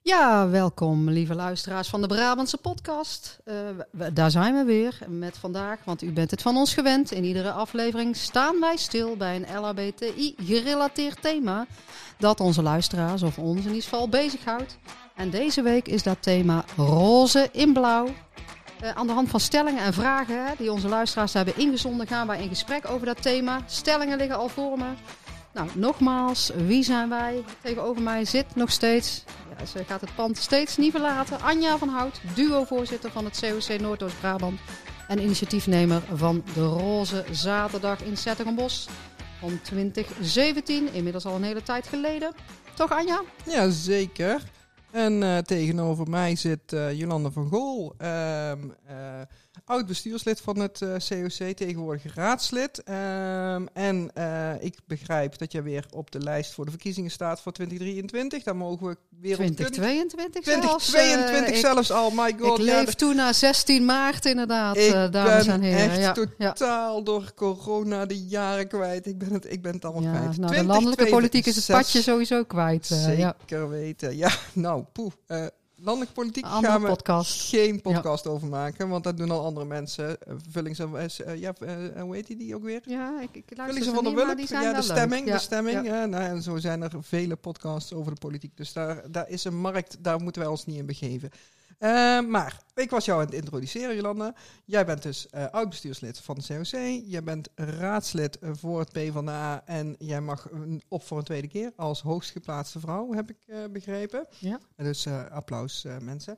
Ja, welkom lieve luisteraars van de Brabantse podcast. Daar zijn we weer met vandaag, want u bent het van ons gewend. In iedere aflevering staan wij stil bij een LHBTI-gerelateerd thema dat onze luisteraars of ons in ieder geval bezighoudt. En deze week is dat thema roze in blauw. Aan de hand van stellingen en vragen die onze luisteraars hebben ingezonden, gaan wij in gesprek over dat thema. Stellingen liggen al voor me. Nou, nogmaals, wie zijn wij? Tegenover mij zit nog steeds, ja, ze gaat het pand steeds niet verlaten, Anja van Hout, duo-voorzitter van het COC Noordoost-Brabant en initiatiefnemer van de Roze Zaterdag in 's-Hertogenbosch van 2017, inmiddels al een hele tijd geleden. Toch, Anja? Ja, zeker. En tegenover mij zit Jolanda van Gool, oud-bestuurslid van het COC, tegenwoordig raadslid. En ik begrijp dat jij weer op de lijst voor de verkiezingen staat voor 2023. Daar mogen we weer 2022 2022 zelfs al, my god. Ik leef toen naar 16 maart inderdaad, dames en heren. Ik ben echt totaal door corona de jaren kwijt. Ik ben het allemaal kwijt. Nou, de landelijke politiek is het padje sowieso kwijt. Zeker weten. Ja, nou, landelijke politiek gaan we geen podcast over maken, want dat doen al andere mensen. Hoe heet die ook weer? Ja, ik luister ze van der Wulp. Ja, de stemming. Ja. Ja, nou, en zo zijn er vele podcasts over de politiek. Dus daar is een markt, daar moeten wij ons niet in begeven. Maar ik was jou aan het introduceren, Jolanda. Jij bent dus oud-bestuurslid van de COC. Jij bent raadslid voor het PvdA. En jij mag op voor een tweede keer als hoogstgeplaatste vrouw, heb ik begrepen. Ja. Dus applaus, mensen.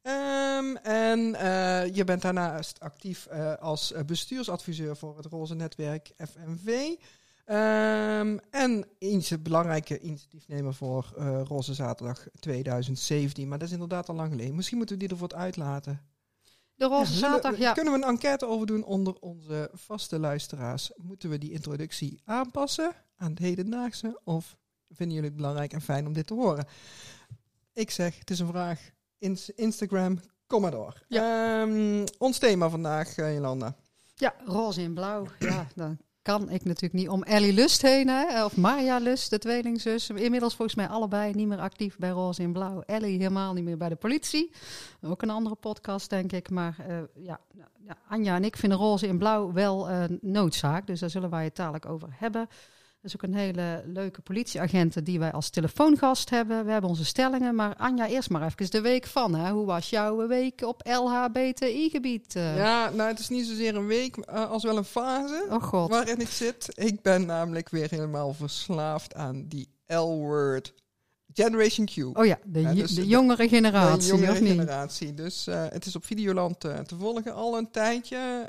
Je bent daarnaast actief als bestuursadviseur voor het Roze Netwerk FNV. En een belangrijke initiatiefnemer voor Roze Zaterdag 2017. Maar dat is inderdaad al lang geleden. Misschien moeten we die ervoor uitlaten. De Roze Zaterdag, ja. Kunnen we een enquête over doen onder onze vaste luisteraars? Moeten we die introductie aanpassen aan het hedendaagse? Of vinden jullie het belangrijk en fijn om dit te horen? Ik zeg, het is een vraag. Instagram, kom maar door. Ja. Ons thema vandaag, Jolanda. Ja, roze in blauw. Ja, dan kan ik natuurlijk niet om Ellie Lust heen, hè? Of Marja Lust, de tweelingzus. Inmiddels volgens mij allebei niet meer actief bij Roze in Blauw. Ellie helemaal niet meer bij de politie. Ook een andere podcast, denk ik. Maar Anja en ik vinden Roze in Blauw wel noodzaak. Dus daar zullen wij het dadelijk over hebben. Dat is ook een hele leuke politieagent die wij als telefoongast hebben. We hebben onze stellingen. Maar Anja, eerst maar even de week van. Hè? Hoe was jouw week op LHBTI-gebied? Ja, nou, het is niet zozeer een week, als wel een fase waarin ik zit. Ik ben namelijk weer helemaal verslaafd aan die L-word. Generation Q. Oh ja, de jongere generatie. De jongere generatie. Dus het is op Videoland te volgen al een tijdje.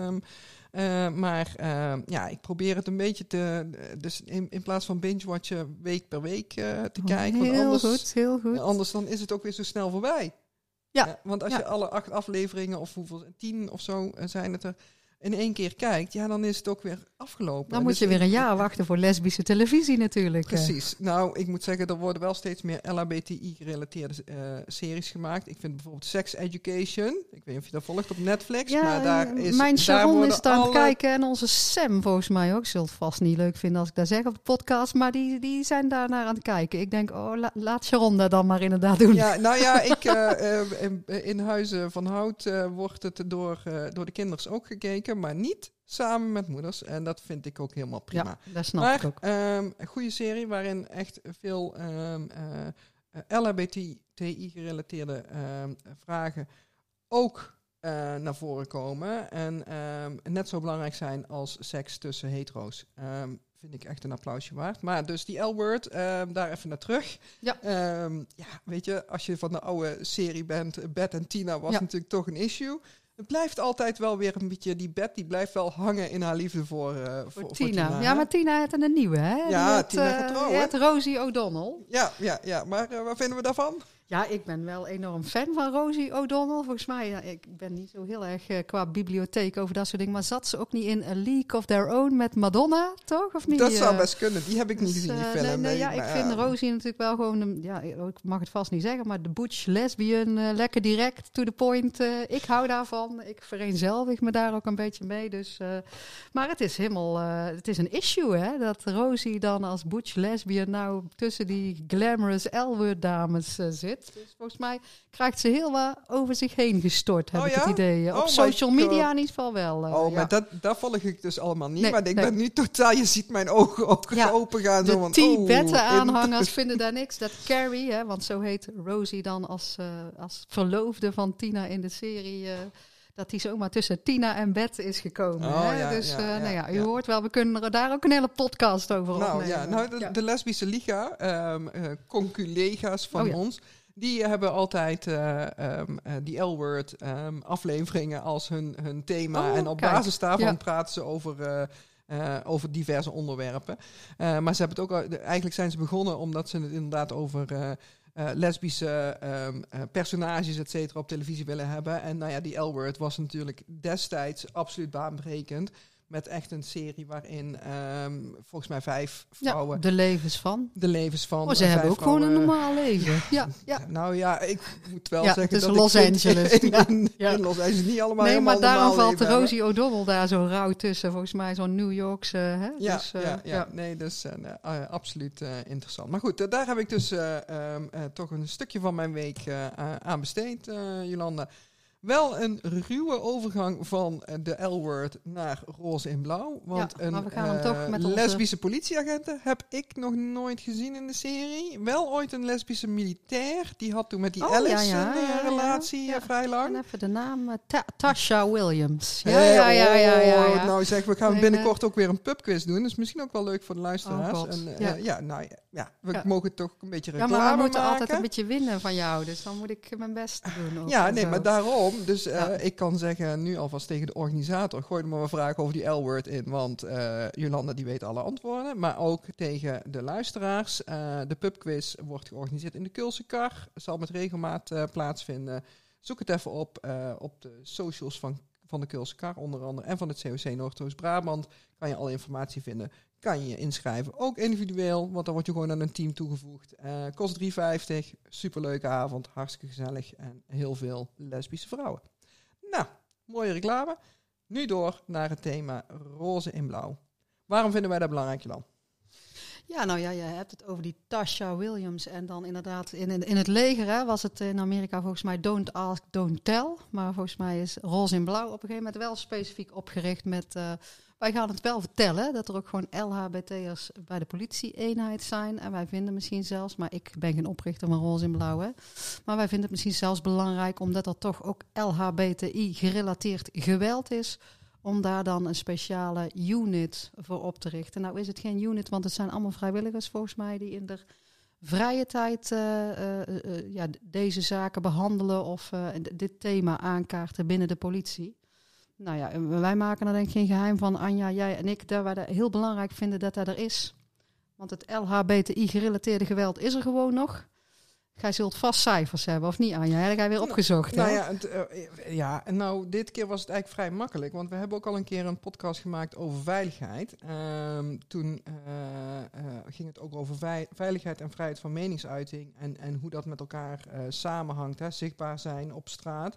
Ik probeer het een beetje dus in plaats van binge-watchen week per week te kijken. Heel goed. Anders dan is het ook weer zo snel voorbij. Ja. Want als je alle 8 afleveringen of 10 of zo zijn het er in 1 keer kijkt, ja, dan is het ook weer afgelopen. Dan moet je weer een jaar wachten voor lesbische televisie natuurlijk. Precies. Nou, ik moet zeggen, er worden wel steeds meer LHBTI-gerelateerde series gemaakt. Ik vind bijvoorbeeld Sex Education. Ik weet niet of je dat volgt op Netflix. Ja, maar daar is, mijn Sharon is daar aan het kijken en onze Sam volgens mij ook. Zult het vast niet leuk vinden als ik dat zeg op de podcast. Maar die zijn daarnaar aan het kijken. Ik denk, laat Sharon dat dan maar inderdaad doen. Ja, nou ja, in Huizen van Hout wordt het door de kinders ook gekeken. Maar niet samen met moeders. En dat vind ik ook helemaal prima. Ja, dat snap ik ook. Een goede serie waarin echt veel LHBTI-gerelateerde vragen ook naar voren komen. En net zo belangrijk zijn als seks tussen hetero's. Vind ik echt een applausje waard. Maar dus die L-word, daar even naar terug. Ja. Weet je, als je van de oude serie bent, Beth en Tina was natuurlijk toch een issue. Het blijft altijd wel weer een beetje, die Beth die blijft wel hangen in haar liefde voor Tina. Ja, maar Tina heeft een nieuwe, hè? Ja, Tina gaat trouwen. Het Rosie O'Donnell. Ja. Maar wat vinden we daarvan? Ja, ik ben wel enorm fan van Rosie O'Donnell. Volgens mij, ik ben niet zo heel erg qua bibliotheek over dat soort dingen. Maar zat ze ook niet in A League of Their Own met Madonna, toch? Of niet? Dat zou best kunnen. Die heb ik niet gezien, die film. Ik vind Rosie natuurlijk wel gewoon, ik mag het vast niet zeggen, maar de butch lesbian, lekker direct, to the point. Ik hou daarvan. Ik vereenzelvig me daar ook een beetje mee. Dus, maar het is het is een issue, hè? Dat Rosie dan als butch lesbian nou tussen die glamorous L-word dames zit. zit. Dus volgens mij krijgt ze heel wat over zich heen gestort, heb ik het idee. Op Oh social media in ieder geval wel. Maar dat volg ik dus allemaal niet. Nee, maar ik ben nu totaal, je ziet mijn ogen ook open gaan. De zo van, Tibetten-aanhangers vinden daar niks. Dat Carrie, hè, want zo heet Rosie dan als verloofde van Tina in de serie... dat die zomaar tussen Tina en Beth is gekomen. U hoort wel, we kunnen er daar ook een hele podcast over opnemen. De lesbische liga, conculega's van ons... Die hebben altijd die L-word afleveringen als hun thema. En op basis daarvan praten ze over diverse onderwerpen. Maar ze hebben het ook... Eigenlijk zijn ze begonnen omdat ze het inderdaad over... lesbische personages, et cetera, op televisie willen hebben. En die L-word was natuurlijk destijds absoluut baanbrekend. Met echt een serie waarin volgens mij 5 vrouwen... Ja, de levens van. Ze hebben ook gewoon een normaal leven. Ja. Nou ja, ik moet wel zeggen dus dat Los Angeles. In Los Angeles niet allemaal helemaal maar daarom normaal valt leven Rosie O'Donnell daar zo rauw tussen. Volgens mij zo'n New Yorkse... Hè? Absoluut interessant. Maar goed, daar heb ik dus toch een stukje van mijn week aan besteed, Jolanda. Wel een ruwe overgang van de L-word naar roze in blauw. Want maar we gaan hem toch met lesbische politieagenten heb ik nog nooit gezien in de serie. Wel ooit een lesbische militair. Die had toen met die Alice een relatie vrij lang. En even de naam, Tasha Williams. Ja. Nou zeg, we gaan binnenkort ook weer een pubquiz doen. Dus misschien ook wel leuk voor de luisteraars. We mogen toch een beetje reclame maken. Maar we moeten altijd een beetje winnen van jou. Dus dan moet ik mijn best doen. Maar daarom... Dus ik kan zeggen nu alvast tegen de organisator... gooi er maar een vraag over die L-word in... want Jolanda die weet alle antwoorden. Maar ook tegen de luisteraars. De pubquiz wordt georganiseerd in de Keulse Kar. Zal met regelmaat plaatsvinden. Zoek het even op de socials van de Keulse Kar onder andere... en van het COC Noordoost-Brabant. Kan je alle informatie vinden. Kan je inschrijven, ook individueel, want dan word je gewoon aan een team toegevoegd. Kost €3,50, superleuke avond, hartstikke gezellig en heel veel lesbische vrouwen. Nou, mooie reclame. Nu door naar het thema roze in blauw. Waarom vinden wij dat belangrijk, Jolan? Ja, je hebt het over die Tasha Williams. En dan inderdaad in het leger was het in Amerika volgens mij don't ask, don't tell. Maar volgens mij is roze in blauw op een gegeven moment wel specifiek opgericht met... wij gaan het wel vertellen, dat er ook gewoon LHBT'ers bij de politie-eenheid zijn. En wij vinden misschien zelfs, maar ik ben geen oprichter van roze in blauw, hè. Maar wij vinden het misschien zelfs belangrijk, omdat er toch ook LHBTI-gerelateerd geweld is... om daar dan een speciale unit voor op te richten. Nou is het geen unit, want het zijn allemaal vrijwilligers volgens mij... die in de vrije tijd deze zaken behandelen of dit thema aankaarten binnen de politie. Nou ja, wij maken er denk ik geen geheim van, Anja, jij en ik... dat wij het heel belangrijk vinden dat dat er is. Want het LHBTI-gerelateerde geweld is er gewoon nog... Gij zult vast cijfers hebben, of niet, Anja? Dat heb je weer opgezocht, dit keer was het eigenlijk vrij makkelijk. Want we hebben ook al een keer een podcast gemaakt over veiligheid. Toen ging het ook over veiligheid en vrijheid van meningsuiting. En hoe dat met elkaar samenhangt. Zichtbaar zijn op straat.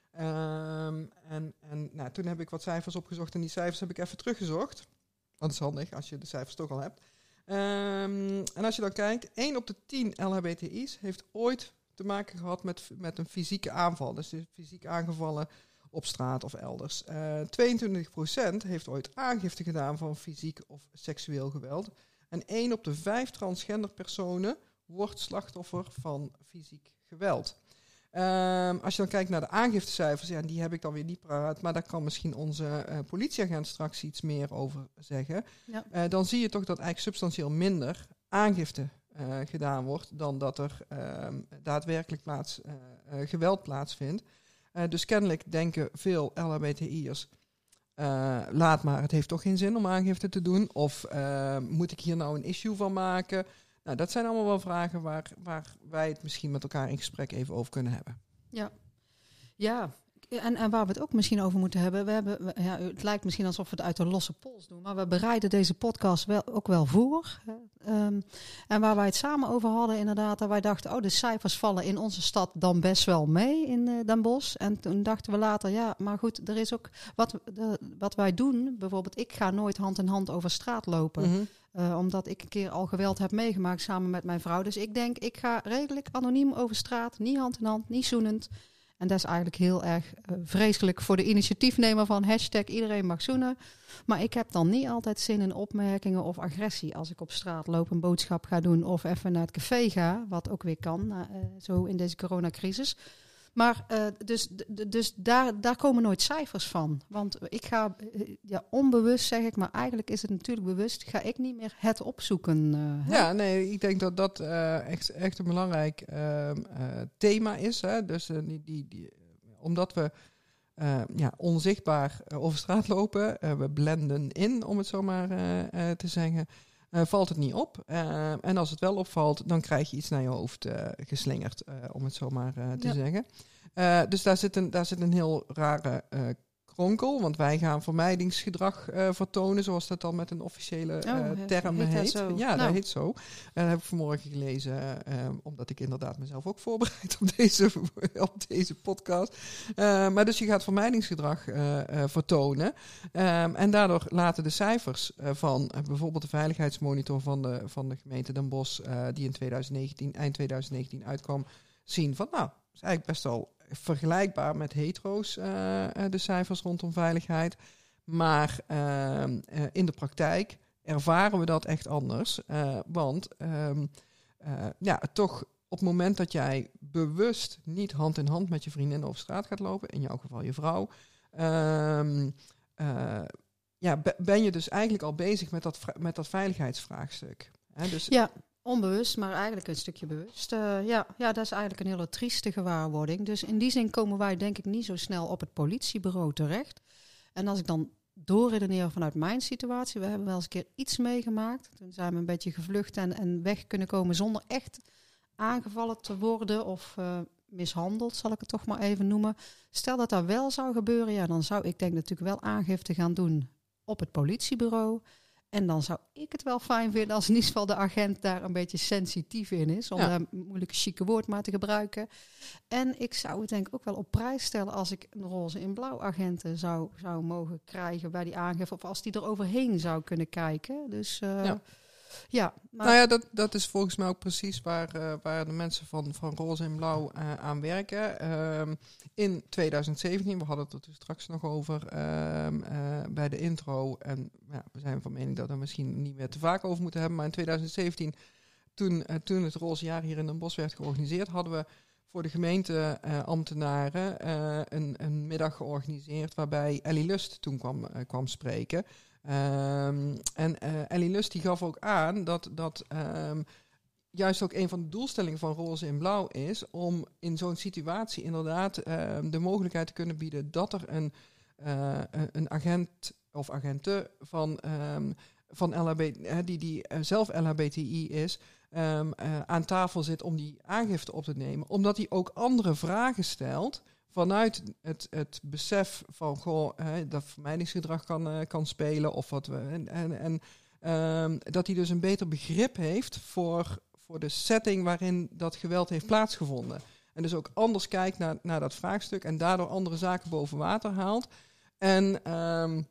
Toen heb ik wat cijfers opgezocht. En die cijfers heb ik even teruggezocht. Want dat is handig als je de cijfers toch al hebt. En als je dan kijkt, 1 op de 10 LHBTI's heeft ooit te maken gehad met een fysieke aanval. Dus fysiek aangevallen op straat of elders. 22% heeft ooit aangifte gedaan van fysiek of seksueel geweld. En 1 op de 5 transgender personen wordt slachtoffer van fysiek geweld. Als je dan kijkt naar de aangiftecijfers, die heb ik dan weer niet paraat, maar daar kan misschien onze politieagent straks iets meer over zeggen. Ja. Dan zie je toch dat eigenlijk substantieel minder aangifte gedaan wordt dan dat er daadwerkelijk geweld plaatsvindt. Dus kennelijk denken veel LHBTI'ers, laat maar, het heeft toch geen zin om aangifte te doen. Of moet ik hier nou een issue van maken? Nou, dat zijn allemaal wel vragen waar wij het misschien met elkaar in gesprek even over kunnen hebben. Ja. En waar we het ook misschien over moeten hebben. Het lijkt misschien alsof we het uit de losse pols doen. Maar we bereiden deze podcast ook wel voor. En waar wij het samen over hadden inderdaad. Dat wij dachten, de cijfers vallen in onze stad dan best wel mee in Den Bosch. En toen dachten we later, maar goed, er is ook wat wij doen. Bijvoorbeeld, ik ga nooit hand in hand over straat lopen. Mm-hmm. Omdat ik een keer al geweld heb meegemaakt samen met mijn vrouw. Dus ik denk, ik ga redelijk anoniem over straat. Niet hand in hand, niet zoenend. En dat is eigenlijk heel erg vreselijk voor de initiatiefnemer van #iedereen mag zoenen. Maar ik heb dan niet altijd zin in opmerkingen of agressie als ik op straat loop, een boodschap ga doen of even naar het café ga. Wat ook weer kan, zo in deze coronacrisis. Maar dus daar komen nooit cijfers van. Want ik ga, onbewust zeg ik, maar eigenlijk is het natuurlijk bewust, ga ik niet meer het opzoeken. Ja, nee, ik denk dat dat echt een belangrijk thema is. Hè? Dus omdat we onzichtbaar over straat lopen, we blenden in, om het zo maar te zeggen, valt het niet op. En als het wel opvalt, dan krijg je iets naar je hoofd geslingerd, om het zo maar te zeggen. Dus daar zit een heel rare kronkel, want wij gaan vermijdingsgedrag vertonen, zoals dat dan met een officiële term heet. Ja, dat heet zo. Dat heb ik vanmorgen gelezen, omdat ik inderdaad mezelf ook voorbereid op deze podcast. Maar dus je gaat vermijdingsgedrag vertonen. En daardoor laten de cijfers van bijvoorbeeld de veiligheidsmonitor van de gemeente Den Bosch, die in eind 2019 uitkwam, zien van, nou, is eigenlijk best wel vergelijkbaar met hetero's, de cijfers rondom veiligheid. Maar in de praktijk ervaren we dat echt anders. Want toch op het moment dat jij bewust niet hand in hand met je vriendin over straat gaat lopen, in jouw geval je vrouw, ben je dus eigenlijk al bezig met dat veiligheidsvraagstuk. Dus ja. Onbewust, maar eigenlijk een stukje bewust. Dat is eigenlijk een hele trieste gewaarwording. Dus in die zin komen wij denk ik niet zo snel op het politiebureau terecht. En als ik dan doorredeneer vanuit mijn situatie. We hebben wel eens een keer iets meegemaakt. Toen zijn we een beetje gevlucht en weg kunnen komen zonder echt aangevallen te worden of mishandeld, zal ik het toch maar even noemen. Stel dat dat wel zou gebeuren, dan zou ik denk natuurlijk wel aangifte gaan doen op het politiebureau. En dan zou ik het wel fijn vinden als in ieder geval de agent daar een beetje sensitief in is. Om daar een moeilijke chique woord maar te gebruiken. En ik zou het denk ik ook wel op prijs stellen als ik een roze in blauw agenten zou mogen krijgen bij die aangifte. Of als die er overheen zou kunnen kijken. Dus maar dat is volgens mij ook precies waar de mensen van Roze en Blauw aan werken. In 2017, we hadden het er dus straks nog over bij de intro. En we zijn van mening dat we misschien niet meer te vaak over moeten hebben. Maar in 2017, toen het Roze Jaar hier in Den Bosch werd georganiseerd, hadden we voor de gemeenteambtenaren een middag georganiseerd waarbij Ellie Lust toen kwam spreken. En Ellie Lust die gaf ook aan dat juist ook een van de doelstellingen van Roze in Blauw is om in zo'n situatie inderdaad de mogelijkheid te kunnen bieden dat er een agent of agente van LHBT, die zelf LHBTI is, aan tafel zit om die aangifte op te nemen. Omdat hij ook andere vragen stelt vanuit het besef van dat vermijdingsgedrag kan spelen of wat we en dat hij dus een beter begrip heeft voor de setting waarin dat geweld heeft plaatsgevonden. En dus ook anders kijkt naar dat vraagstuk en daardoor andere zaken boven water haalt. En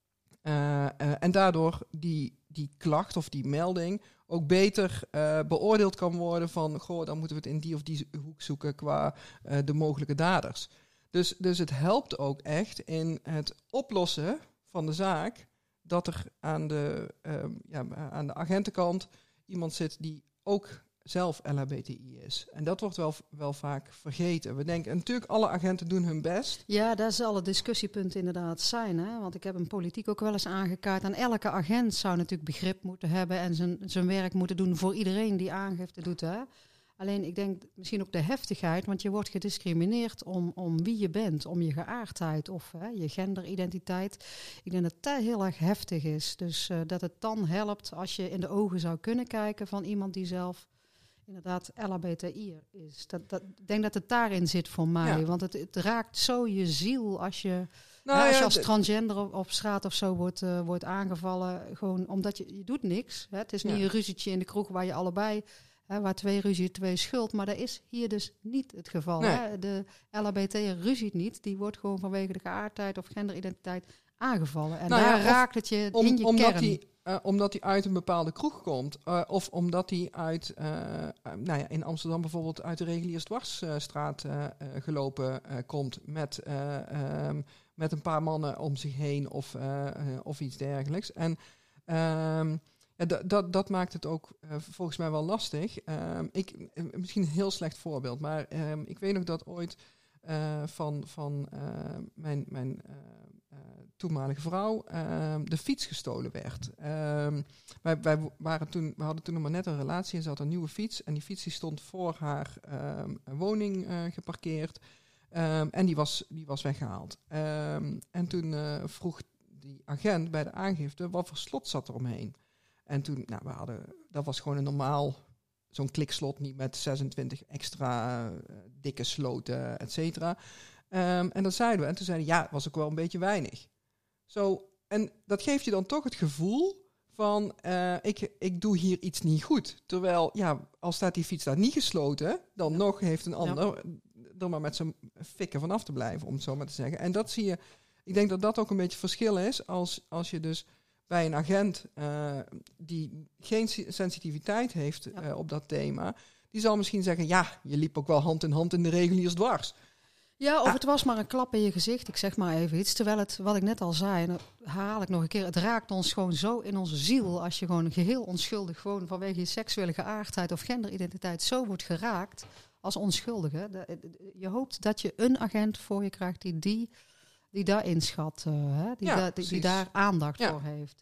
daardoor die klacht of die melding ook beter beoordeeld kan worden van, dan moeten we het in die of die hoek zoeken qua de mogelijke daders. Dus het helpt ook echt in het oplossen van de zaak dat er aan de agentenkant iemand zit die ook zelf LHBTI is. En dat wordt wel vaak vergeten. We denken natuurlijk alle agenten doen hun best. Ja, daar zal het discussiepunt inderdaad zijn. Hè? Want ik heb een politiek ook wel eens aangekaart. En elke agent zou natuurlijk begrip moeten hebben en zijn werk moeten doen voor iedereen die aangifte doet. Hè? Alleen ik denk misschien ook de heftigheid, want je wordt gediscrimineerd om wie je bent, om je geaardheid of je genderidentiteit. Ik denk dat dat heel erg heftig is. Dus dat het dan helpt als je in de ogen zou kunnen kijken van iemand die zelf inderdaad LHBTI is. Ik denk dat het daarin zit voor mij. Ja. Want het raakt zo je ziel als je als transgender op straat of zo wordt aangevallen. Gewoon omdat je doet niks. Hè. Het is niet een ruzietje in de kroeg waar je allebei, waar 2 ruzie, 2 schuld. Maar dat is hier dus niet het geval. Nee. Hè. De LHBT'er ruziet niet. Die wordt gewoon vanwege de geaardheid of genderidentiteit aangevallen. En Nou daar ja, raakt het je in je kern. Omdat hij uit een bepaalde kroeg komt. Of omdat hij uit, in Amsterdam bijvoorbeeld uit de Reguliersdwarsstraat gelopen komt. Met een paar mannen om zich heen of iets dergelijks. En dat maakt het ook volgens mij wel lastig. Misschien een heel slecht voorbeeld. Maar ik weet nog dat ooit van mijn toenmalige vrouw de fiets gestolen werd. We hadden toen nog maar net een relatie en ze had een nieuwe fiets. En die fiets die stond voor haar woning geparkeerd. En die was weggehaald. En toen vroeg die agent bij de aangifte wat voor slot zat er omheen. En toen, dat was gewoon een normaal, zo'n klikslot, niet met 26 extra dikke sloten, et cetera. En dat zeiden we. En toen zeiden ja, was ook wel een beetje weinig. En dat geeft je dan toch het gevoel van, ik doe hier iets niet goed. Terwijl, al staat die fiets daar niet gesloten, dan nog heeft een ander er maar met zijn fikken vanaf te blijven, om het zo maar te zeggen. En dat zie je, ik denk dat dat ook een beetje het verschil is, als je dus bij een agent die geen sensitiviteit heeft op dat thema, die zal misschien zeggen, ja, je liep ook wel hand in hand in de Reguliersdwars. Ja, of het was maar een klap in je gezicht, ik zeg maar even iets. Terwijl het, wat ik net al zei, en dat herhaal ik nog een keer, het raakt ons gewoon zo in onze ziel als je gewoon geheel onschuldig, gewoon vanwege je seksuele geaardheid of genderidentiteit zo wordt geraakt als onschuldige. Je hoopt dat je een agent voor je krijgt die daar inschat, die daar aandacht voor heeft.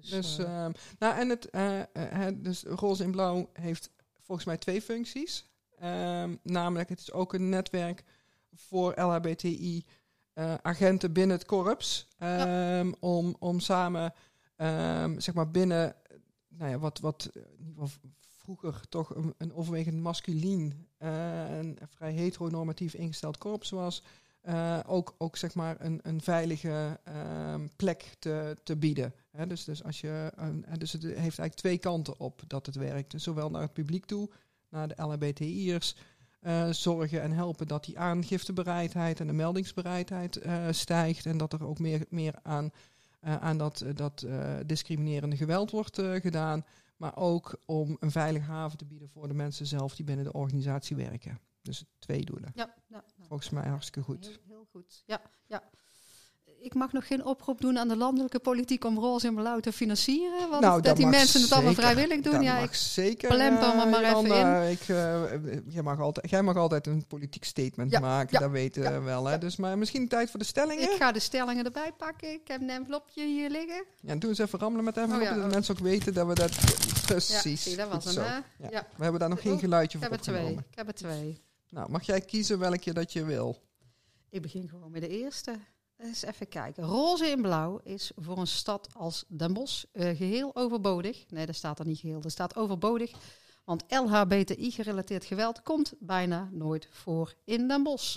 Dus Roze in Blauw heeft volgens mij 2 functies. Namelijk, het is ook een netwerk voor LHBTI-agenten binnen het korps. Om samen, zeg maar binnen, wat in ieder geval vroeger toch een overwegend masculien en vrij heteronormatief ingesteld korps was, ook zeg maar een veilige plek te bieden. Dus als je, dus het heeft eigenlijk 2 kanten op dat het werkt. Dus zowel naar het publiek toe, naar de LHBTI'ers, zorgen en helpen dat die aangiftebereidheid en de meldingsbereidheid stijgt en dat er ook meer aan dat discriminerende geweld wordt gedaan. Maar ook om een veilige haven te bieden voor de mensen zelf die binnen de organisatie werken. Dus 2 doelen. Ja. Volgens mij hartstikke goed. Heel goed. Ja. Ik mag nog geen oproep doen aan de landelijke politiek om Roze in Blauw te financieren. Want dat die mensen het allemaal vrijwillig doen. Dat mag zeker. Plemper me maar even in. Jij mag altijd een politiek statement maken. Dat weten we wel. Hè? Dus, maar misschien tijd voor de stellingen. Ik ga de stellingen erbij pakken. Ik heb een envelopje hier liggen. Ja, doe eens even rammelen met enveloppen. Dat mensen ook weten dat we dat precies. Ja, dat was hem, hè? Ja. We hebben daar nog geen geluidje voor opgenomen. Ik heb er 2. Nou, mag jij kiezen welke dat je wil? Ik begin gewoon met de eerste. Eens even kijken. Roze in Blauw is voor een stad als Den Bosch geheel overbodig. Nee, dat staat er niet geheel. Er staat overbodig. Want LHBTI-gerelateerd geweld komt bijna nooit voor in Den Bosch.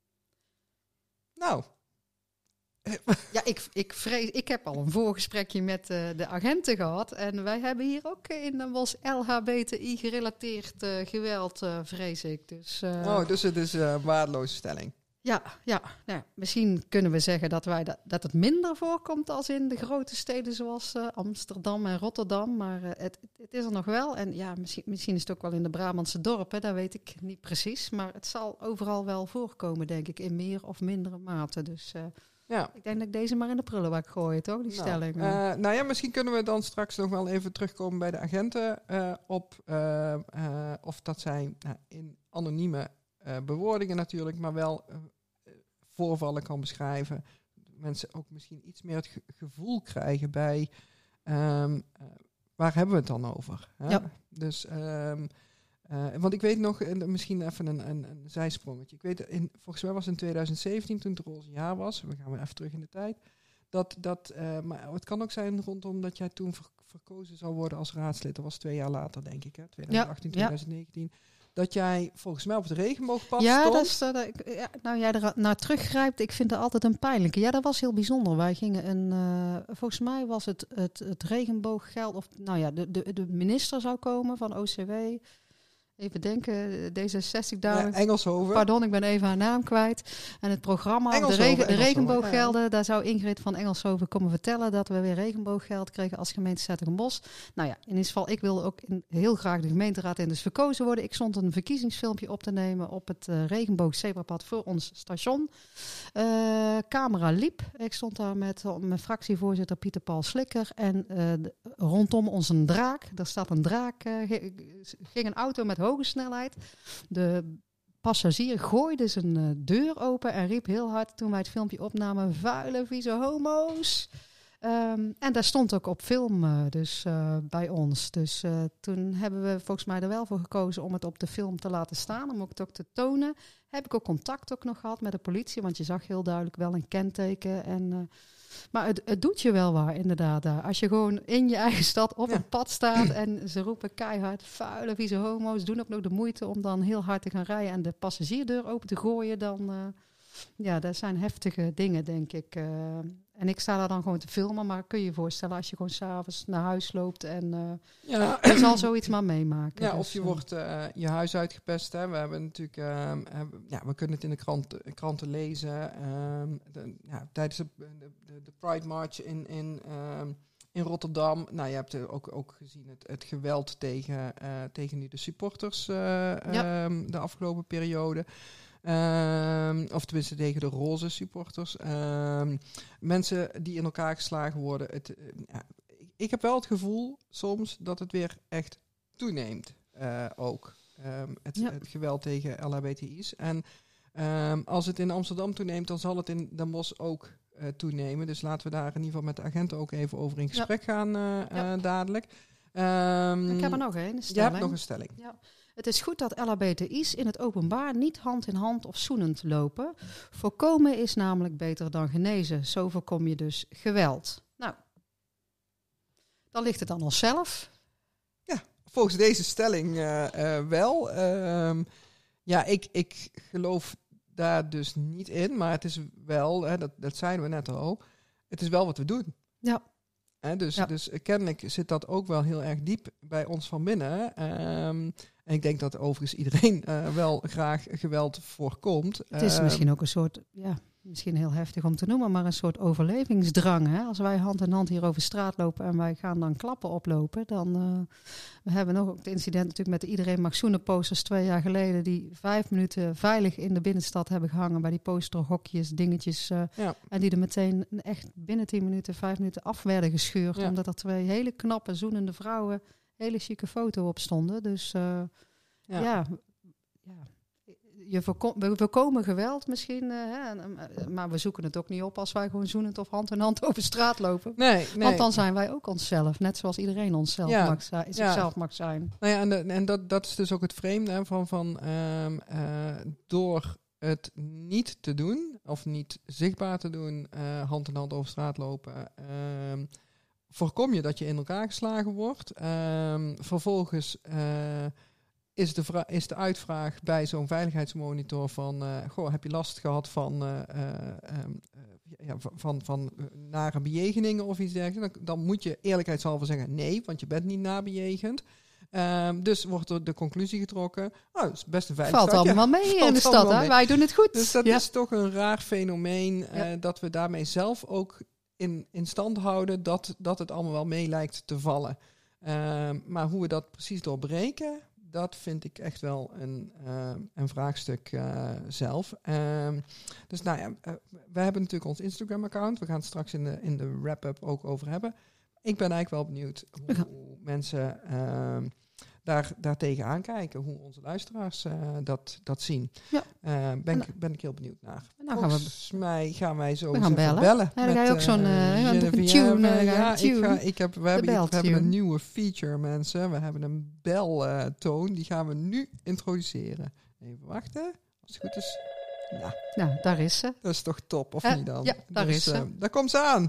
Nou. Ja, ik heb al een voorgesprekje met de agenten gehad. En wij hebben hier ook in Den Bosch LHBTI-gerelateerd geweld, vrees ik. Dus het is een waardeloze stelling. Ja. Nou, misschien kunnen we zeggen dat het minder voorkomt als in de grote steden zoals Amsterdam en Rotterdam. Maar het is er nog wel. En ja, misschien is het ook wel in de Brabantse dorpen, dat weet ik niet precies. Maar het zal overal wel voorkomen, denk ik, in meer of mindere mate. Dus ik denk dat ik deze maar in de prullenbak gooi, toch, die stelling. Misschien kunnen we dan straks nog wel even terugkomen bij de agenten of dat zij in anonieme bewoordingen natuurlijk, maar wel voorvallen kan beschrijven. Mensen ook misschien iets meer het gevoel krijgen bij waar hebben we het dan over? Hè? Ja. Dus, want ik weet nog, misschien even een zijsprongetje. Ik weet, volgens mij was het in 2017, toen het roze jaar was, we gaan weer even terug in de tijd, maar het kan ook zijn rondom dat jij toen verkozen zou worden als raadslid. Dat was 2 jaar later, denk ik, hè? 2018, 2019. Dat jij volgens mij op het regenboogpad stond. Jij er naar teruggrijpt, ik vind het altijd een pijnlijke. Ja, dat was heel bijzonder. Wij gingen volgens mij was het regenbooggeld, of de minister zou komen van OCW. Even denken, D66 Engelshoven. Pardon, ik ben even haar naam kwijt. En het programma, de regenbooggelden, daar zou Ingrid van Engelshoven komen vertellen dat we weer regenbooggeld kregen als gemeente Zertogenbosch. Nou ja, in ieder geval, ik wilde ook heel graag de gemeenteraad in dus verkozen worden. Ik stond een verkiezingsfilmpje op te nemen op het regenboogzebrapad voor ons station. Camera liep. Ik stond daar met mijn fractievoorzitter Pieter Paul Slikker en rondom ons een draak. Er staat een draak, ging een auto met hoge snelheid. De passagier gooide zijn deur open en riep heel hard toen wij het filmpje opnamen: vuile, vieze homo's. En daar stond ook op film bij ons. Dus toen hebben we volgens mij er wel voor gekozen om het op de film te laten staan. Om het ook te tonen. Heb ik ook contact ook nog gehad met de politie. Want je zag heel duidelijk wel een kenteken. Maar het doet je wel waar, inderdaad. Als je gewoon in je eigen stad op een pad staat en ze roepen keihard: vuile, vieze homo's. Doen ook nog de moeite om dan heel hard te gaan rijden en de passagierdeur open te gooien. Dan, dat zijn heftige dingen, denk ik. En ik sta daar dan gewoon te filmen. Maar kun je je voorstellen als je gewoon 's avonds naar huis loopt en je zal zoiets maar meemaken. Ja, dus, of je wordt je huis uitgepest. Hè. We hebben natuurlijk, we kunnen het in de kranten lezen. Tijdens de Pride March in Rotterdam. Nou, je hebt ook gezien het geweld tegen nu de supporters de afgelopen periode. Of tenminste tegen de roze supporters. Mensen die in elkaar geslagen worden. Ik heb wel het gevoel soms dat het weer echt toeneemt. Ook. Het geweld tegen LHBTI's. En als het in Amsterdam toeneemt, dan zal het in Den Bosch ook toenemen. Dus laten we daar in ieder geval met de agenten ook even over in gesprek gaan dadelijk. Ik heb er nog een stelling. Je hebt nog een stelling. Ja. Het is goed dat LHBTI's in het openbaar niet hand in hand of zoenend lopen. Voorkomen is namelijk beter dan genezen. Zo voorkom je dus geweld. Nou, dan ligt het aan onszelf. Ja, volgens deze stelling wel. Ik geloof daar dus niet in. Maar het is wel, dat zeiden we net al, het is wel wat we doen. Ja. Dus kennelijk zit dat ook wel heel erg diep bij ons van binnen. En ik denk dat overigens iedereen wel graag geweld voorkomt. Het is misschien ook een soort, misschien heel heftig om te noemen, maar een soort overlevingsdrang. Hè? Als wij hand in hand hier over straat lopen en wij gaan dan klappen oplopen, dan we hebben nog ook het incident natuurlijk met de Iedereen Mag Zoenen posters 2 jaar geleden, die 5 minuten veilig in de binnenstad hebben gehangen bij die posterhokjes, dingetjes. En die er meteen echt binnen 10 minuten, 5 minuten af werden gescheurd. Ja. Omdat er 2 hele knappe, zoenende vrouwen hele chique foto op stonden. Dus we voorkomen geweld misschien, maar we zoeken het ook niet op als wij gewoon zoenend of hand in hand over straat lopen. Nee. Want dan zijn wij ook onszelf, net zoals iedereen onszelf zichzelf mag zijn. Nou ja, en dat is dus ook het vreemde van door het niet te doen, of niet zichtbaar te doen, hand in hand over straat lopen, voorkom je dat je in elkaar geslagen wordt. Vervolgens is de uitvraag bij zo'n veiligheidsmonitor van heb je last gehad van nare bejegeningen of iets dergelijks? Dan moet je eerlijkheidshalve zeggen nee, want je bent niet nabejegend. Dus wordt er de conclusie getrokken, dat is best een veilig stad. Valt allemaal mee in de stad, hè? Wij doen het goed. Dus dat is toch een raar fenomeen dat we daarmee zelf ook in stand houden dat het allemaal wel mee lijkt te vallen. Maar hoe we dat precies doorbreken, dat vind ik echt wel een vraagstuk zelf. Dus we hebben natuurlijk ons Instagram-account. We gaan het straks in de wrap-up ook over hebben. Ik ben eigenlijk wel benieuwd hoe mensen daar tegenaan kijken. Hoe onze luisteraars dat zien. Ja. Ben ik heel benieuwd naar. Volgens mij gaan wij zo bellen. Ja, dan ga je ook zo'n tune. We hebben een nieuwe feature, mensen. We hebben een beltoon. Die gaan we nu introduceren. Even wachten. Als het goed is. Nou, daar is ze. Dat is toch top, of niet dan? Ja, daar is ze. Daar komt ze aan.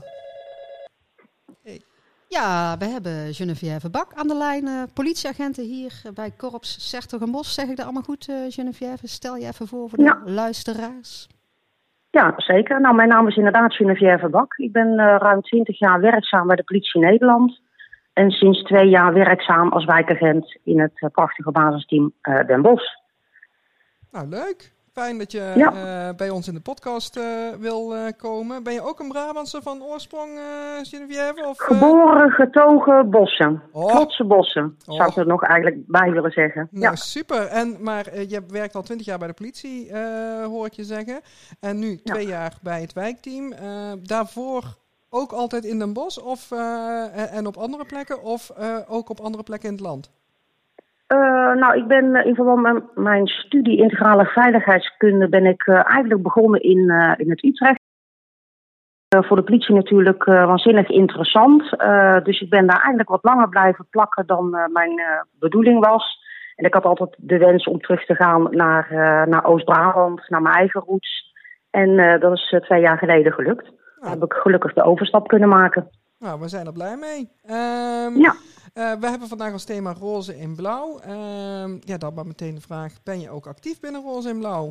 Ja, we hebben Geneviève Bak aan de lijn. Politieagenten hier bij Korps Zertogenbosch. Zeg ik dat allemaal goed, Geneviève? Stel je even voor de luisteraars. Ja, zeker. Nou, mijn naam is inderdaad Geneviève Bak. Ik ben ruim 20 jaar werkzaam bij de Politie Nederland. En sinds 2 jaar werkzaam als wijkagent in het prachtige basisteam Den Bosch. Nou, leuk. Fijn dat je bij ons in de podcast wil komen. Ben je ook een Brabantse van oorsprong, Geneviève? Of, Geboren, getogen Bossen. Oh. Trotse Bossen, zou ik er nog eigenlijk bij willen zeggen. Nou, super. Maar je werkt al 20 jaar bij de politie, hoor ik je zeggen. En nu 2 jaar bij het wijkteam. Daarvoor ook altijd in Den Bosch en op andere plekken? Of ook op andere plekken in het land? Nou, ik ben in verband met mijn studie integrale veiligheidskunde ben ik eigenlijk begonnen in het Utrecht. Voor de politie natuurlijk waanzinnig interessant. Dus ik ben daar eigenlijk wat langer blijven plakken dan mijn bedoeling was. En ik had altijd de wens om terug te gaan naar Oost-Brabant, naar mijn eigen roots. En dat is 2 jaar geleden gelukt. Daar heb ik gelukkig de overstap kunnen maken. Nou, we zijn er blij mee. We hebben vandaag als thema roze in blauw. Dan maar meteen de vraag, ben je ook actief binnen roze in blauw?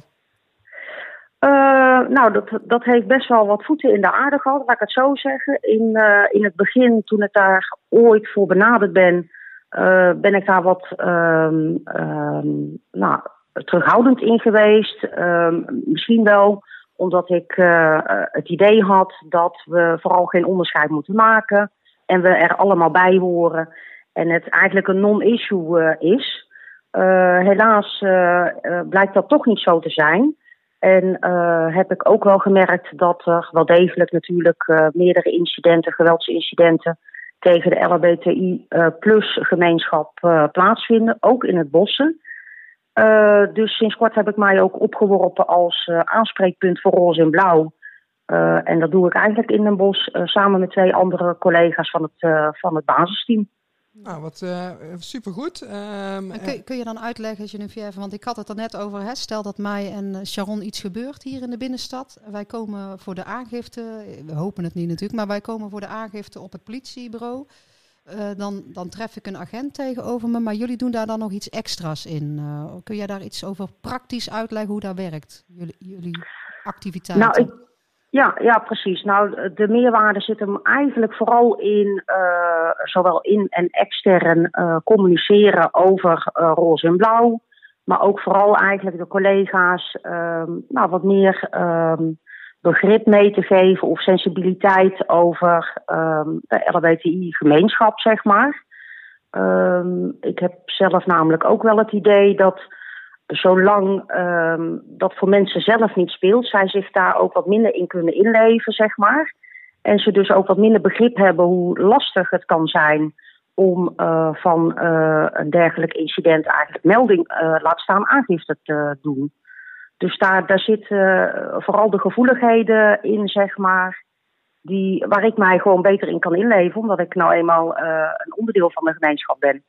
Nou, dat heeft best wel wat voeten in de aarde gehad, laat ik het zo zeggen. In het begin, toen ik daar ooit voor benaderd ben ik daar wat terughoudend in geweest. Misschien wel omdat ik het idee had dat we vooral geen onderscheid moeten maken. En we er allemaal bij horen. En het eigenlijk een non-issue is. Helaas blijkt dat toch niet zo te zijn. En heb ik ook wel gemerkt dat er wel degelijk natuurlijk meerdere incidenten, geweldsincidenten tegen de LHBTI plus gemeenschap plaatsvinden, ook in het Bossen. Dus sinds kort heb ik mij ook opgeworpen als aanspreekpunt voor roze in blauw. En dat doe ik eigenlijk in Den Bosch samen met 2 andere collega's van het basisteam. Nou, wat supergoed. Kun je dan uitleggen, Geneviève, want ik had het er net over. Hè? Stel dat mij en Sharon iets gebeurt hier in de binnenstad. Wij komen voor de aangifte, we hopen het niet natuurlijk, maar wij komen voor de aangifte op het politiebureau. Dan tref ik een agent tegenover me, maar jullie doen daar dan nog iets extra's in. Kun jij daar iets over praktisch uitleggen hoe dat werkt, jullie activiteiten? Nou, Ja, precies. Nou, de meerwaarde zit hem eigenlijk vooral in zowel in- en extern communiceren over roze en blauw. Maar ook vooral eigenlijk de collega's wat meer begrip mee te geven of sensibiliteit over de LHBTI-gemeenschap, zeg maar. Ik heb zelf namelijk ook wel het idee dat zolang dat voor mensen zelf niet speelt, zij zich daar ook wat minder in kunnen inleven, zeg maar. En ze dus ook wat minder begrip hebben hoe lastig het kan zijn om van een dergelijk incident eigenlijk melding, laat staan aangifte te doen. Dus daar zitten vooral de gevoeligheden in, zeg maar, waar ik mij gewoon beter in kan inleven, omdat ik nou eenmaal een onderdeel van de gemeenschap ben.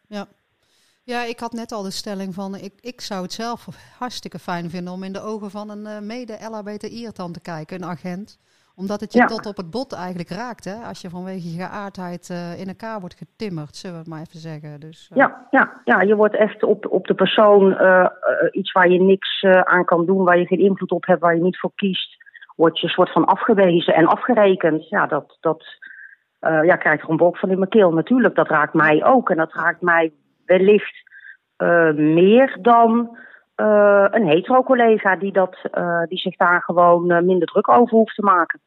Ja, ik had net al de stelling van, ik zou het zelf hartstikke fijn vinden om in de ogen van een mede-LHBTI'er dan te kijken, een agent. Omdat het je tot op het bot eigenlijk raakt, hè? Als je vanwege je geaardheid in elkaar wordt getimmerd, zullen we het maar even zeggen. Dus, Ja, je wordt echt op de persoon iets waar je niks aan kan doen, waar je geen invloed op hebt, waar je niet voor kiest, word je een soort van afgewezen en afgerekend. Ja, dat krijgt er een brok van in mijn keel. Natuurlijk, dat raakt mij ook en dat raakt mij wellicht meer dan een hetero-collega die zich daar gewoon minder druk over hoeft te maken.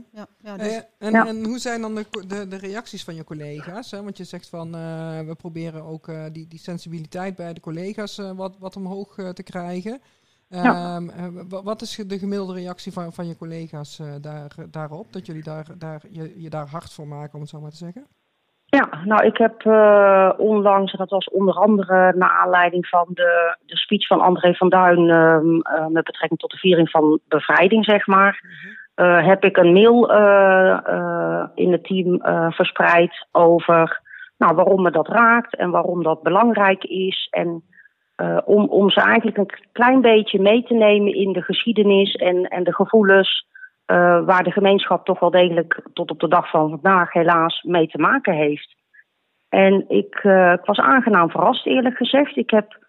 En hoe zijn dan de reacties van je collega's? Hè? Want je zegt van we proberen ook die sensibiliteit bij de collega's wat omhoog te krijgen. Wat is de gemiddelde reactie van je collega's daarop? Dat jullie je daar hard voor maken, om het zo maar te zeggen? Ja, nou ik heb onlangs, en dat was onder andere naar aanleiding van de speech van André van Duin met betrekking tot de viering van bevrijding, zeg maar, heb ik een mail in het team verspreid over waarom me dat raakt en waarom dat belangrijk is. En om ze eigenlijk een klein beetje mee te nemen in de geschiedenis en de gevoelens waar de gemeenschap toch wel degelijk tot op de dag van vandaag helaas mee te maken heeft. En ik was aangenaam verrast, eerlijk gezegd. Ik heb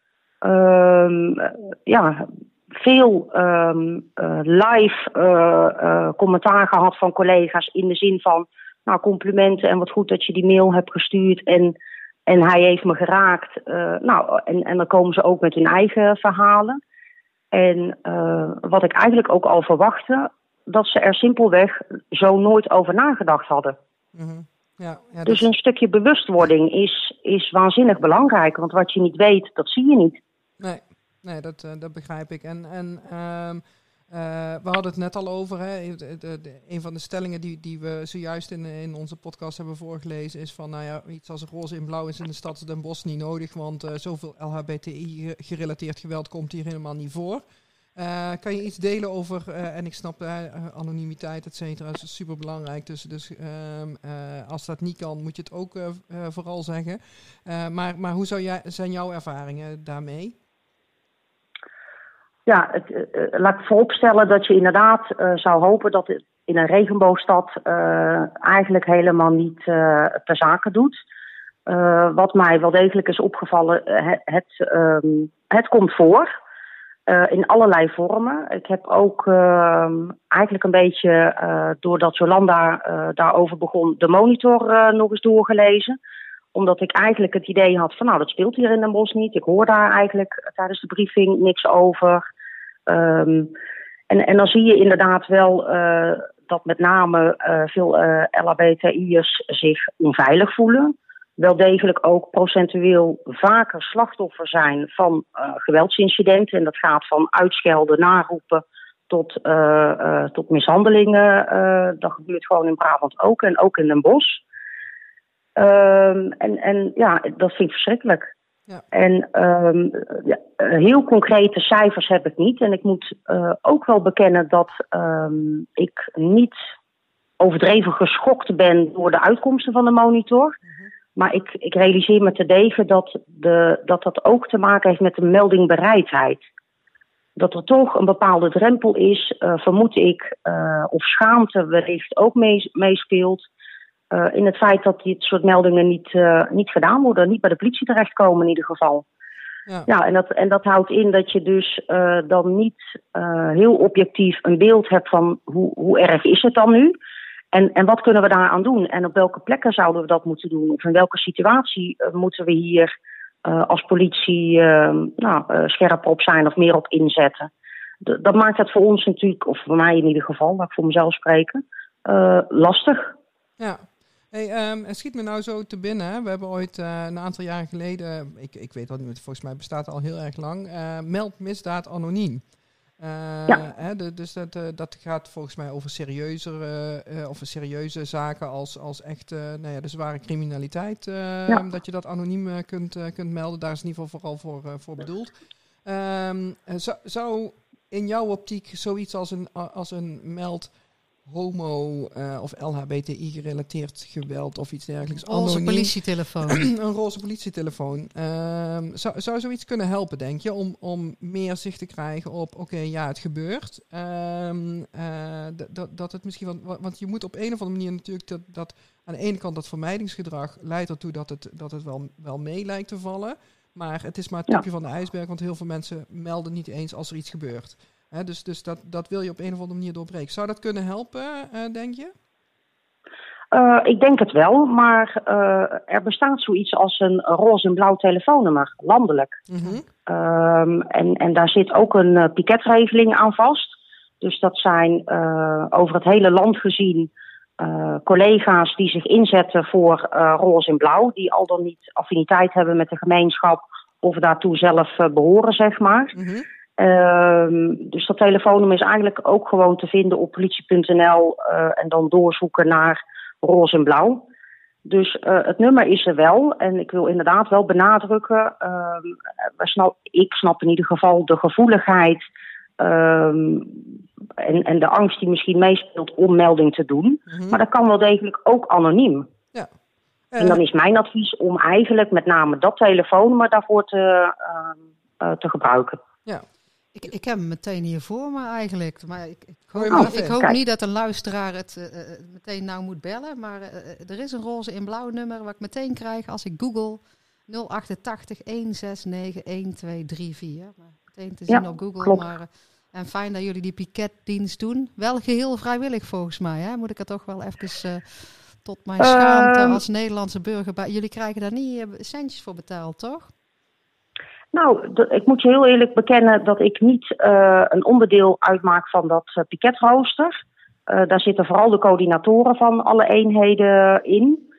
veel live commentaar gehad van collega's in de zin van, nou, complimenten en wat goed dat je die mail hebt gestuurd en hij heeft me geraakt. En dan komen ze ook met hun eigen verhalen. En wat ik eigenlijk ook al verwachtte, dat ze er simpelweg zo nooit over nagedacht hadden. Mm-hmm. Ja, dus een stukje bewustwording is waanzinnig belangrijk. Want wat je niet weet, dat zie je niet. Nee, dat begrijp ik. En we hadden het net al over. Hè? Een van de stellingen die we zojuist in onze podcast hebben voorgelezen is van, iets als roze in blauw is in de stad Den Bosch niet nodig, want zoveel LHBTI-gerelateerd geweld komt hier helemaal niet voor. Kan je iets delen over, en ik snap anonimiteit, et cetera, is superbelangrijk. Dus als dat niet kan, moet je het ook vooral zeggen. Maar hoe zijn jouw ervaringen daarmee? Ja, laat ik vooropstellen dat je inderdaad zou hopen dat het in een regenboogstad eigenlijk helemaal niet ter zake doet. Wat mij wel degelijk is opgevallen, het komt voor. In allerlei vormen. Ik heb ook eigenlijk een beetje, doordat Jolanda daarover begon, de Monitor nog eens doorgelezen. Omdat ik eigenlijk het idee had van, nou, dat speelt hier in Den Bosch niet. Ik hoor daar eigenlijk tijdens de briefing niks over. En dan zie je inderdaad wel dat met name veel LHBTI'ers zich onveilig voelen. Wel degelijk ook procentueel vaker slachtoffer zijn van geweldsincidenten. En dat gaat van uitschelden, naroepen tot mishandelingen. Dat gebeurt gewoon in Brabant ook en ook in Den Bosch. Dat vind ik verschrikkelijk. Ja. En heel concrete cijfers heb ik niet. En ik moet ook wel bekennen dat ik niet overdreven geschokt ben door de uitkomsten van de Monitor. Mm-hmm. Maar ik realiseer me terdege dat ook te maken heeft met de meldingbereidheid. Dat er toch een bepaalde drempel is, vermoed ik, of schaamte wellicht ook meespeelt. In het feit dat dit soort meldingen niet gedaan worden, niet bij de politie terechtkomen in ieder geval. Ja, en dat houdt in dat je dus dan niet heel objectief een beeld hebt van hoe erg is het dan nu? En wat kunnen we daaraan doen? En op welke plekken zouden we dat moeten doen? Of in welke situatie moeten we hier als politie scherper op zijn of meer op inzetten? Dat maakt het voor ons natuurlijk, of voor mij in ieder geval, laat ik voor mezelf spreken, lastig. Ja. Hey, schiet me nou zo te binnen. Hè? We hebben ooit een aantal jaren geleden, ik weet dat niet, volgens mij bestaat het al heel erg lang, meld misdaad anoniem. Dus dat gaat volgens mij over serieuze zaken als echt de zware criminaliteit. Dat je dat anoniem kunt melden. Daar is in ieder geval vooral voor bedoeld. Zou in jouw optiek zoiets als een meld homo of LHBTI gerelateerd geweld of iets dergelijks. Een roze politietelefoon. Een roze politietelefoon. Zou zoiets kunnen helpen, denk je? Om meer zicht te krijgen op, het gebeurt. Dat het misschien... Want je moet op een of andere manier natuurlijk dat aan de ene kant dat vermijdingsgedrag leidt ertoe dat het wel mee lijkt te vallen. Maar het is maar het topje van de ijsberg, want heel veel mensen melden niet eens als er iets gebeurt. Dus dat wil je op een of andere manier doorbreken. Zou dat kunnen helpen, denk je? Ik denk het wel, maar er bestaat zoiets als een roze en blauw telefoonnummer, landelijk. Mm-hmm. En daar zit ook een piketregeling aan vast. Dus dat zijn over het hele land gezien collega's die zich inzetten voor roze en blauw, die al dan niet affiniteit hebben met de gemeenschap of daartoe zelf behoren, zeg maar. Mm-hmm. Dus dat telefoonnummer is eigenlijk ook gewoon te vinden op politie.nl en dan doorzoeken naar roze en blauw. Dus het nummer is er wel en ik wil inderdaad wel benadrukken, ik snap in ieder geval de gevoeligheid en de angst die misschien meespeelt om melding te doen. Mm-hmm. Maar dat kan wel degelijk ook anoniem. Ja. En dan is mijn advies om eigenlijk met name dat telefoonnummer daarvoor te gebruiken. Ja. Ik heb hem meteen hier voor me eigenlijk. Maar ik hoop niet dat een luisteraar het meteen nou moet bellen. Maar er is een roze in blauw nummer wat ik meteen krijg als ik google 088 169 1234. Maar meteen te zien op Google. Maar, en fijn dat jullie die piketdienst doen. Wel geheel vrijwillig volgens mij. Hè? Moet ik er toch wel even tot mijn schaamte als Nederlandse burger. Jullie krijgen daar niet centjes voor betaald, toch? Nou, ik moet je heel eerlijk bekennen dat ik niet een onderdeel uitmaak van dat piketrooster. Daar zitten vooral de coördinatoren van alle eenheden in.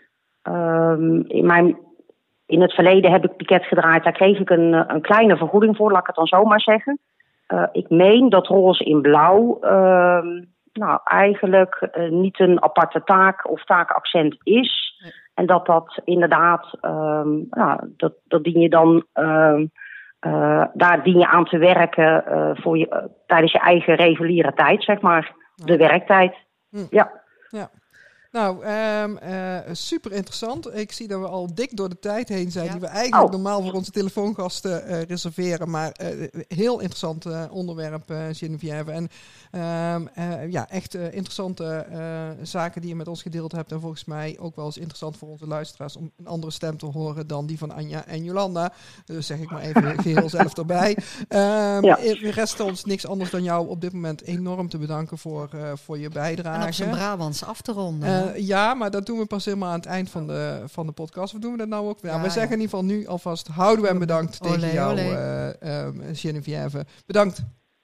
In het verleden heb ik piket gedraaid. Daar kreeg ik een kleine vergoeding voor, laat ik het dan zo maar zeggen. Ik meen dat roze in blauw eigenlijk niet een aparte taak of taakaccent is. Nee. En dat inderdaad, dat dien je dan... daar dien je aan te werken tijdens je eigen reguliere tijd, zeg maar. De werktijd. Ja. Nou, super interessant. Ik zie dat we al dik door de tijd heen zijn, die we eigenlijk normaal voor onze telefoongasten reserveren. Maar heel interessant onderwerp, Geneviève. En echt interessante zaken die je met ons gedeeld hebt. En volgens mij ook wel eens interessant voor onze luisteraars om een andere stem te horen dan die van Anja en Jolanda. Dus zeg ik maar even geheel zelf erbij. Er rest ons niks anders dan jou op dit moment enorm te bedanken voor je bijdrage. En op zijn Brabants af te ronden. Maar dat doen we pas helemaal aan het eind van de podcast. Of doen we dat nou ook? We zeggen in ieder geval nu alvast houden we en bedankt tegen jou, Geneviève. Bedankt.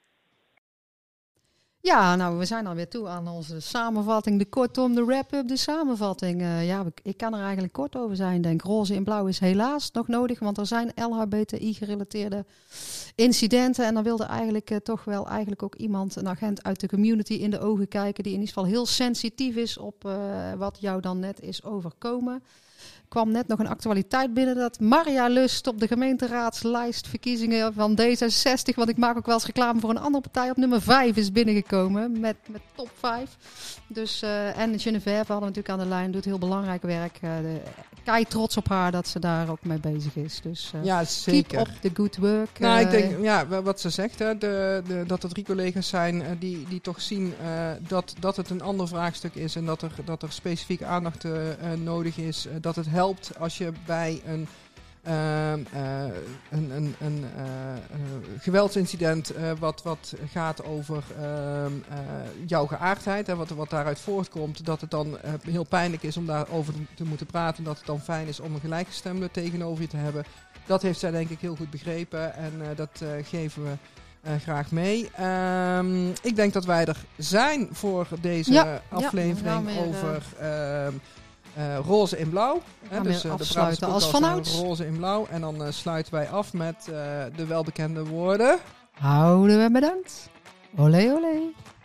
Ja, nou, we zijn alweer toe aan onze samenvatting. De wrap-up, de samenvatting. Ik kan er eigenlijk kort over zijn, denk ik. Roze in blauw is helaas nog nodig, want er zijn LHBTI-gerelateerde incidenten. En dan wilde eigenlijk toch wel ook iemand, een agent uit de community, in de ogen kijken, die in ieder geval heel sensitief is op wat jou dan net is overkomen. Kwam net nog een actualiteit binnen dat Maria Lust op de gemeenteraadslijstverkiezingen van D66, want ik maak ook wel eens reclame voor een andere partij, op nummer 5 is binnengekomen met top 5. Dus, en Geneviève hadden we natuurlijk aan de lijn, doet heel belangrijk werk. Kei trots op haar dat ze daar ook mee bezig is. Dus ja, zeker. Keep up the good work. Nou, ik denk, wat ze zegt, hè, dat er 3 collega's zijn die toch zien dat het een ander vraagstuk is en dat er specifieke aandacht nodig is. Dat het helpt als je bij een geweldsincident wat gaat over jouw geaardheid en wat daaruit voortkomt, dat het dan heel pijnlijk is om daarover te moeten praten. Dat het dan fijn is om een gelijkgestemde tegenover je te hebben. Dat heeft zij denk ik heel goed begrepen en dat geven we graag mee. Ik denk dat wij er zijn voor deze aflevering over roze in blauw. Dus de afsluiten als vanouds. Roze in blauw. En dan sluiten wij af met de welbekende woorden. Houden we bedankt. Olé, olé.